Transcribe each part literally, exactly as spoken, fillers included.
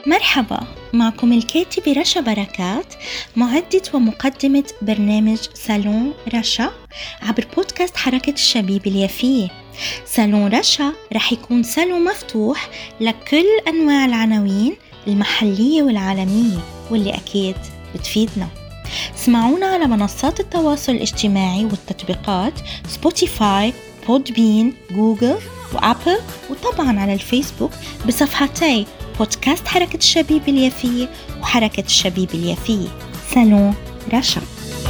مرحبا، معكم الكاتبة رشا بركات، معدة ومقدمة برنامج صالون رشا عبر بودكاست حركة الشبيب اليافية. صالون رشا رح يكون صالون مفتوح لكل أنواع العناوين المحلية والعالمية واللي أكيد بتفيدنا. اسمعونا على منصات التواصل الاجتماعي والتطبيقات سبوتيفاي، بودبين، جوجل وأبل، وطبعا على الفيسبوك بصفحتي بودكاست حركة الشبيب اليافية وحركة الشبيب اليافية. صالون رشا.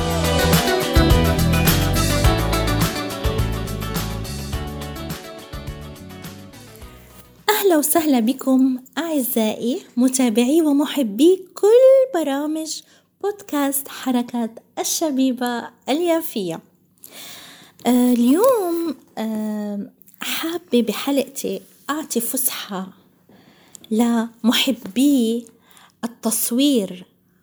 أهلا وسهلا بكم أعزائي متابعي ومحبي كل برامج بودكاست حركة الشبيبة اليافية. آه اليوم آه حابة بحلقتي أعطي فسحة لمحبي التصوير،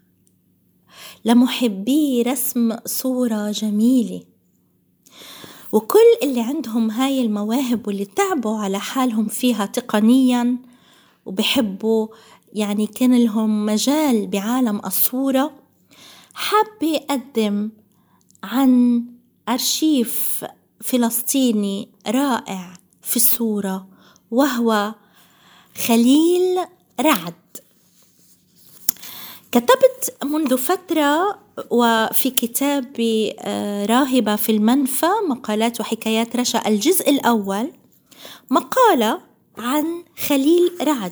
لمحبي رسم صورة جميلة، وكل اللي عندهم هاي المواهب واللي تعبوا على حالهم فيها تقنيا وبحبوا يعني كان لهم مجال بعالم الصورة. حابة أقدم عن أرشيف فلسطيني رائع في الصورة، وهو خليل رعد. كتبت منذ فترة وفي كتاب راهبة في المنفى مقالات وحكايات رشا الجزء الأول مقالة عن خليل رعد،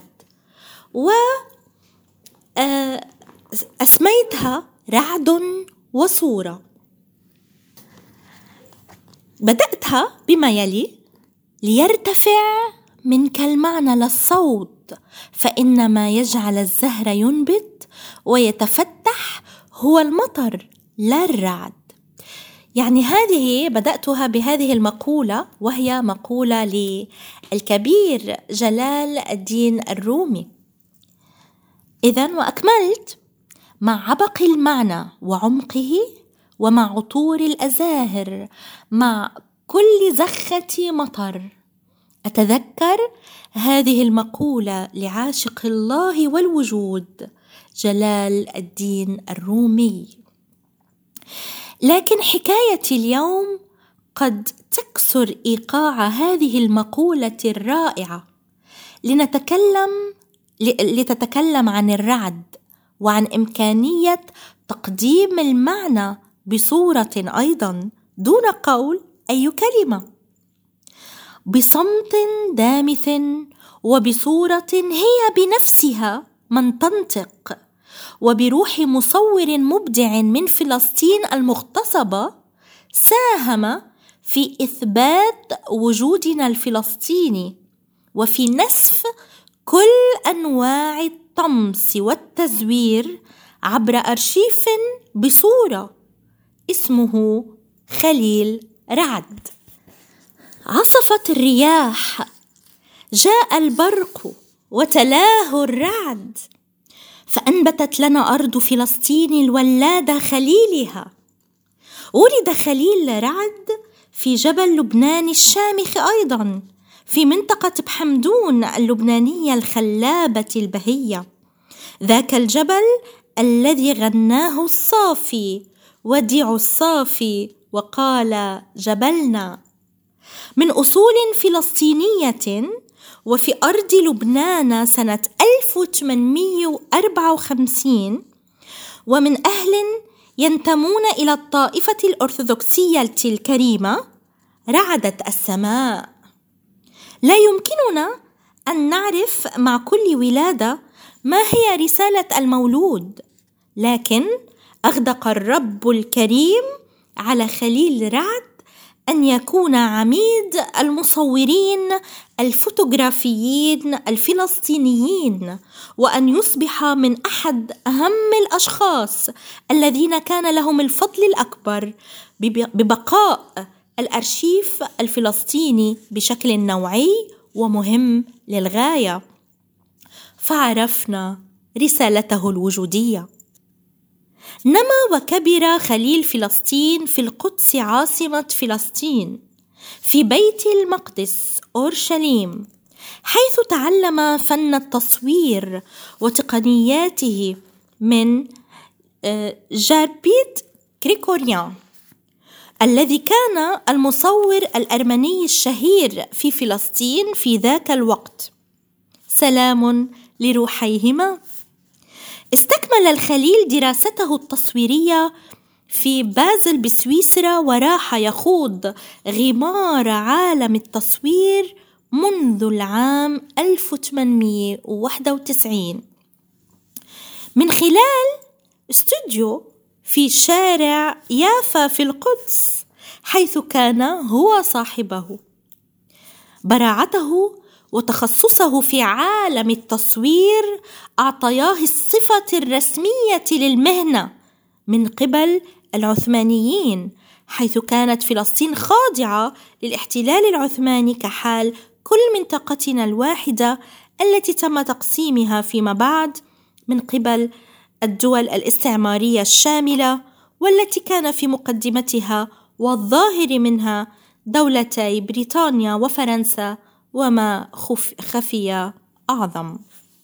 وأسميتها رعد وصورة. بدأتها بما يلي: ليرتفع منك المعنى للصوت، فإنما يجعل الزهر ينبت ويتفتح هو المطر لا الرعد. يعني هذه بدأتها بهذه المقولة، وهي مقولة للكبير جلال الدين الرومي. إذن وأكملت: مع عبق المعنى وعمقه، ومع عطور الأزاهر، مع كل زخة مطر. أتذكر هذه المقولة لعاشق الله والوجود جلال الدين الرومي. لكن حكايتي اليوم قد تكسر إيقاع هذه المقولة الرائعة، لنتكلم لتتكلم عن الرعد وعن إمكانية تقديم المعنى بصورة أيضا دون قول أي كلمة، بصمت دامث وبصورة هي بنفسها من تنطق، وبروح مصور مبدع من فلسطين المغتصبة ساهم في إثبات وجودنا الفلسطيني وفي نسف كل أنواع الطمس والتزوير عبر أرشيف بصورة. اسمه خليل رعد. عصفت الرياح، جاء البرق وتلاه الرعد، فأنبتت لنا أرض فلسطين الولادة خليلها. ولد خليل رعد في جبل لبنان الشامخ، أيضا في منطقة بحمدون اللبنانية الخلابة البهية، ذاك الجبل الذي غناه الصافي وديع الصافي وقال جبلنا، من أصول فلسطينية، وفي أرض لبنان سنة ألف وثمانمائة وأربعة وخمسين، ومن أهل ينتمون إلى الطائفة الأرثوذكسية الكريمة. رعدت السماء. لا يمكننا أن نعرف مع كل ولادة ما هي رسالة المولود، لكن أغدق الرب الكريم على خليل رعد أن يكون عميد المصورين الفوتوغرافيين الفلسطينيين، وأن يصبح من أحد أهم الأشخاص الذين كان لهم الفضل الأكبر ببقاء الأرشيف الفلسطيني بشكل نوعي ومهم للغاية. فعرفنا رسالته الوجودية. نما وكبر خليل فلسطين في القدس عاصمة فلسطين، في بيت المقدس أورشليم، حيث تعلم فن التصوير وتقنياته من جاربيت غريغوريان الذي كان المصور الأرمني الشهير في فلسطين في ذاك الوقت. سلام لروحيهما. استكمل الخليل دراسته التصويرية في بازل بسويسرا، وراح يخوض غمار عالم التصوير منذ العام ألف وثمانمائة وواحد وتسعين من خلال استوديو في شارع يافا في القدس، حيث كان هو صاحبه. براعته وتخصصه في عالم التصوير أعطياه الصفة الرسمية للمهنة من قبل العثمانيين، حيث كانت فلسطين خاضعة للاحتلال العثماني كحال كل منطقتنا الواحدة التي تم تقسيمها فيما بعد من قبل الدول الاستعمارية الشاملة، والتي كان في مقدمتها والظاهر منها دولتي بريطانيا وفرنسا وما خفي أعظم.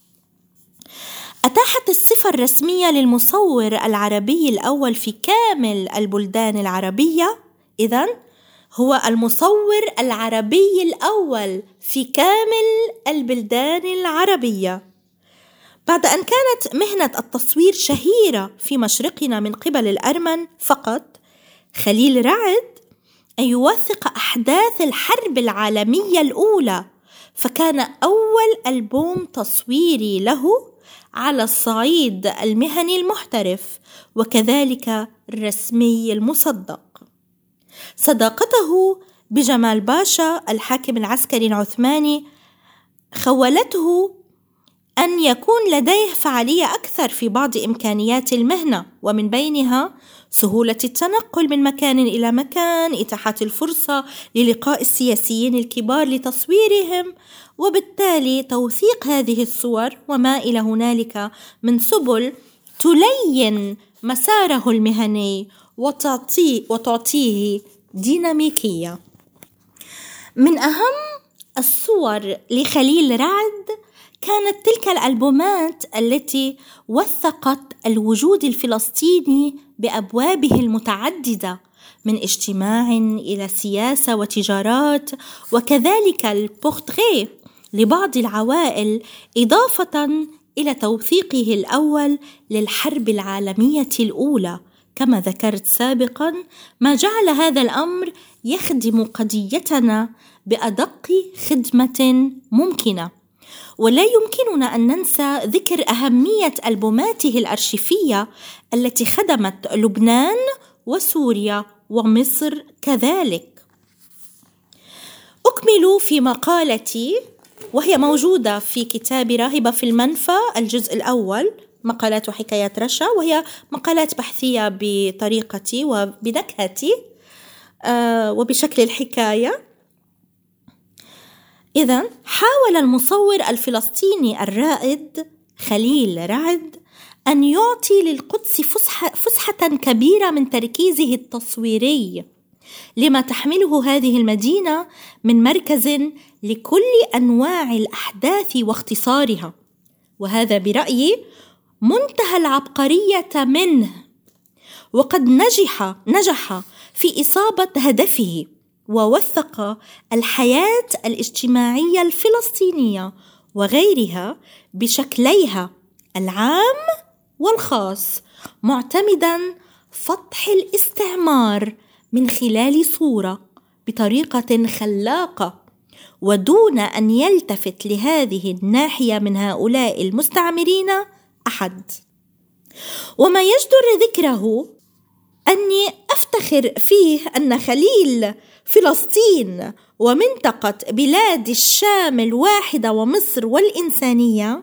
أتاحت الصفة الرسمية للمصور العربي الأول في كامل البلدان العربية. إذن هو المصور العربي الأول في كامل البلدان العربية. بعد أن كانت مهنة التصوير شهيرة في مشرقنا من قبل الأرمن فقط، خليل رعد أن يوثق أحداث الحرب العالمية الأولى، فكان أول ألبوم تصويري له على الصعيد المهني المحترف وكذلك الرسمي المصدق. صداقته بجمال باشا الحاكم العسكري العثماني خولته أن يكون لديه فعالية أكثر في بعض إمكانيات المهنة، ومن بينها سهولة التنقل من مكان إلى مكان، إتاحة الفرصة للقاء السياسيين الكبار لتصويرهم، وبالتالي توثيق هذه الصور وما إلى هنالك من سبل تلين مساره المهني وتعطيه, وتعطيه ديناميكية. من أهم الصور لخليل رعد كانت تلك الألبومات التي وثقت الوجود الفلسطيني بأبوابه المتعددة، من اجتماع إلى سياسة وتجارات، وكذلك البورتريه لبعض العوائل، إضافة إلى توثيقه الأول للحرب العالمية الأولى كما ذكرت سابقا، ما جعل هذا الأمر يخدم قضيتنا بأدق خدمة ممكنة. ولا يمكننا أن ننسى ذكر أهمية ألبوماته الأرشيفية التي خدمت لبنان وسوريا ومصر كذلك. أكمل في مقالتي وهي موجودة في كتاب راهبة في المنفى الجزء الأول، مقالات وحكايات رشا، وهي مقالات بحثية بطريقتي وبنكهتي آه وبشكل الحكاية. إذن حاول المصور الفلسطيني الرائد خليل رعد أن يعطي للقدس فسحة, فسحة كبيرة من تركيزه التصويري لما تحمله هذه المدينة من مركز لكل أنواع الأحداث واختصارها، وهذا برأيي منتهى العبقرية منه، وقد نجح نجح في إصابة هدفه، ووثق الحياة الاجتماعية الفلسطينية وغيرها بشكليها العام والخاص، معتمدا فتح الاستعمار من خلال صورة بطريقة خلاقة، ودون أن يلتفت لهذه الناحية من هؤلاء المستعمرين أحد. وما يجدر ذكره أني أفتخر فيه أن خليل فلسطين ومنطقة بلاد الشام الواحدة ومصر والإنسانية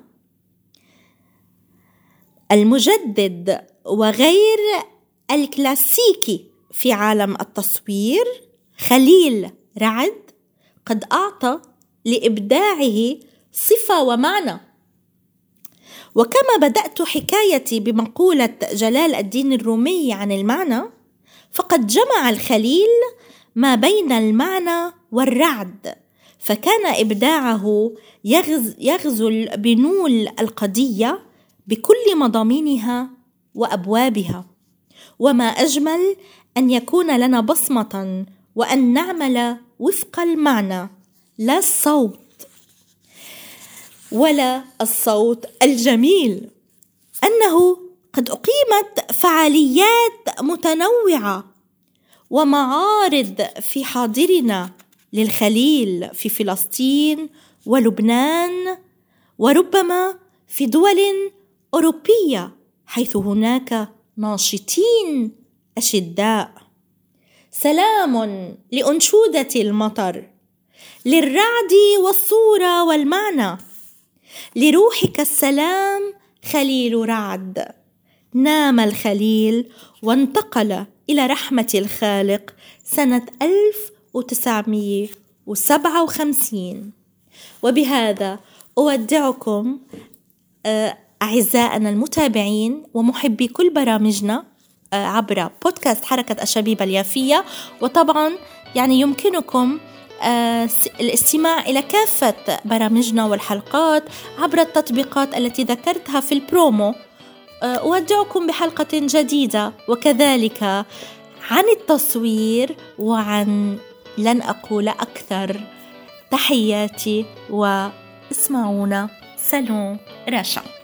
المجدد وغير الكلاسيكي في عالم التصوير خليل رعد قد أعطى لإبداعه صفة ومعنى. وكما بدأت حكايتي بمقولة جلال الدين الرومي عن المعنى، فقد جمع الخليل ما بين المعنى والرعد فكان إبداعه يغز يغزل بنول القضية بكل مضامينها وأبوابها. وما أجمل أن يكون لنا بصمة وأن نعمل وفق المعنى لا الصوت، ولا الصوت الجميل. أنه قد أقيمت فعاليات متنوعة ومعارض في حاضرنا للخليل في فلسطين ولبنان، وربما في دول أوروبية حيث هناك ناشطين أشداء. سلام لأنشودة المطر، للرعد والصورة والمعنى، لروحك السلام خليل رعد. نام الخليل وانتقل إلى رحمة الخالق سنة ألف وتسعمائة وسبعة وخمسين. وبهذا أودعكم أعزائنا المتابعين ومحبي كل برامجنا عبر بودكاست حركة الشبيبة اليافية. وطبعا يعني يمكنكم الاستماع إلى كافة برامجنا والحلقات عبر التطبيقات التي ذكرتها في البرومو. أودعكم بحلقة جديدة، وكذلك عن التصوير وعن لن أقول أكثر. تحياتي واسمعونا. سالون رشا.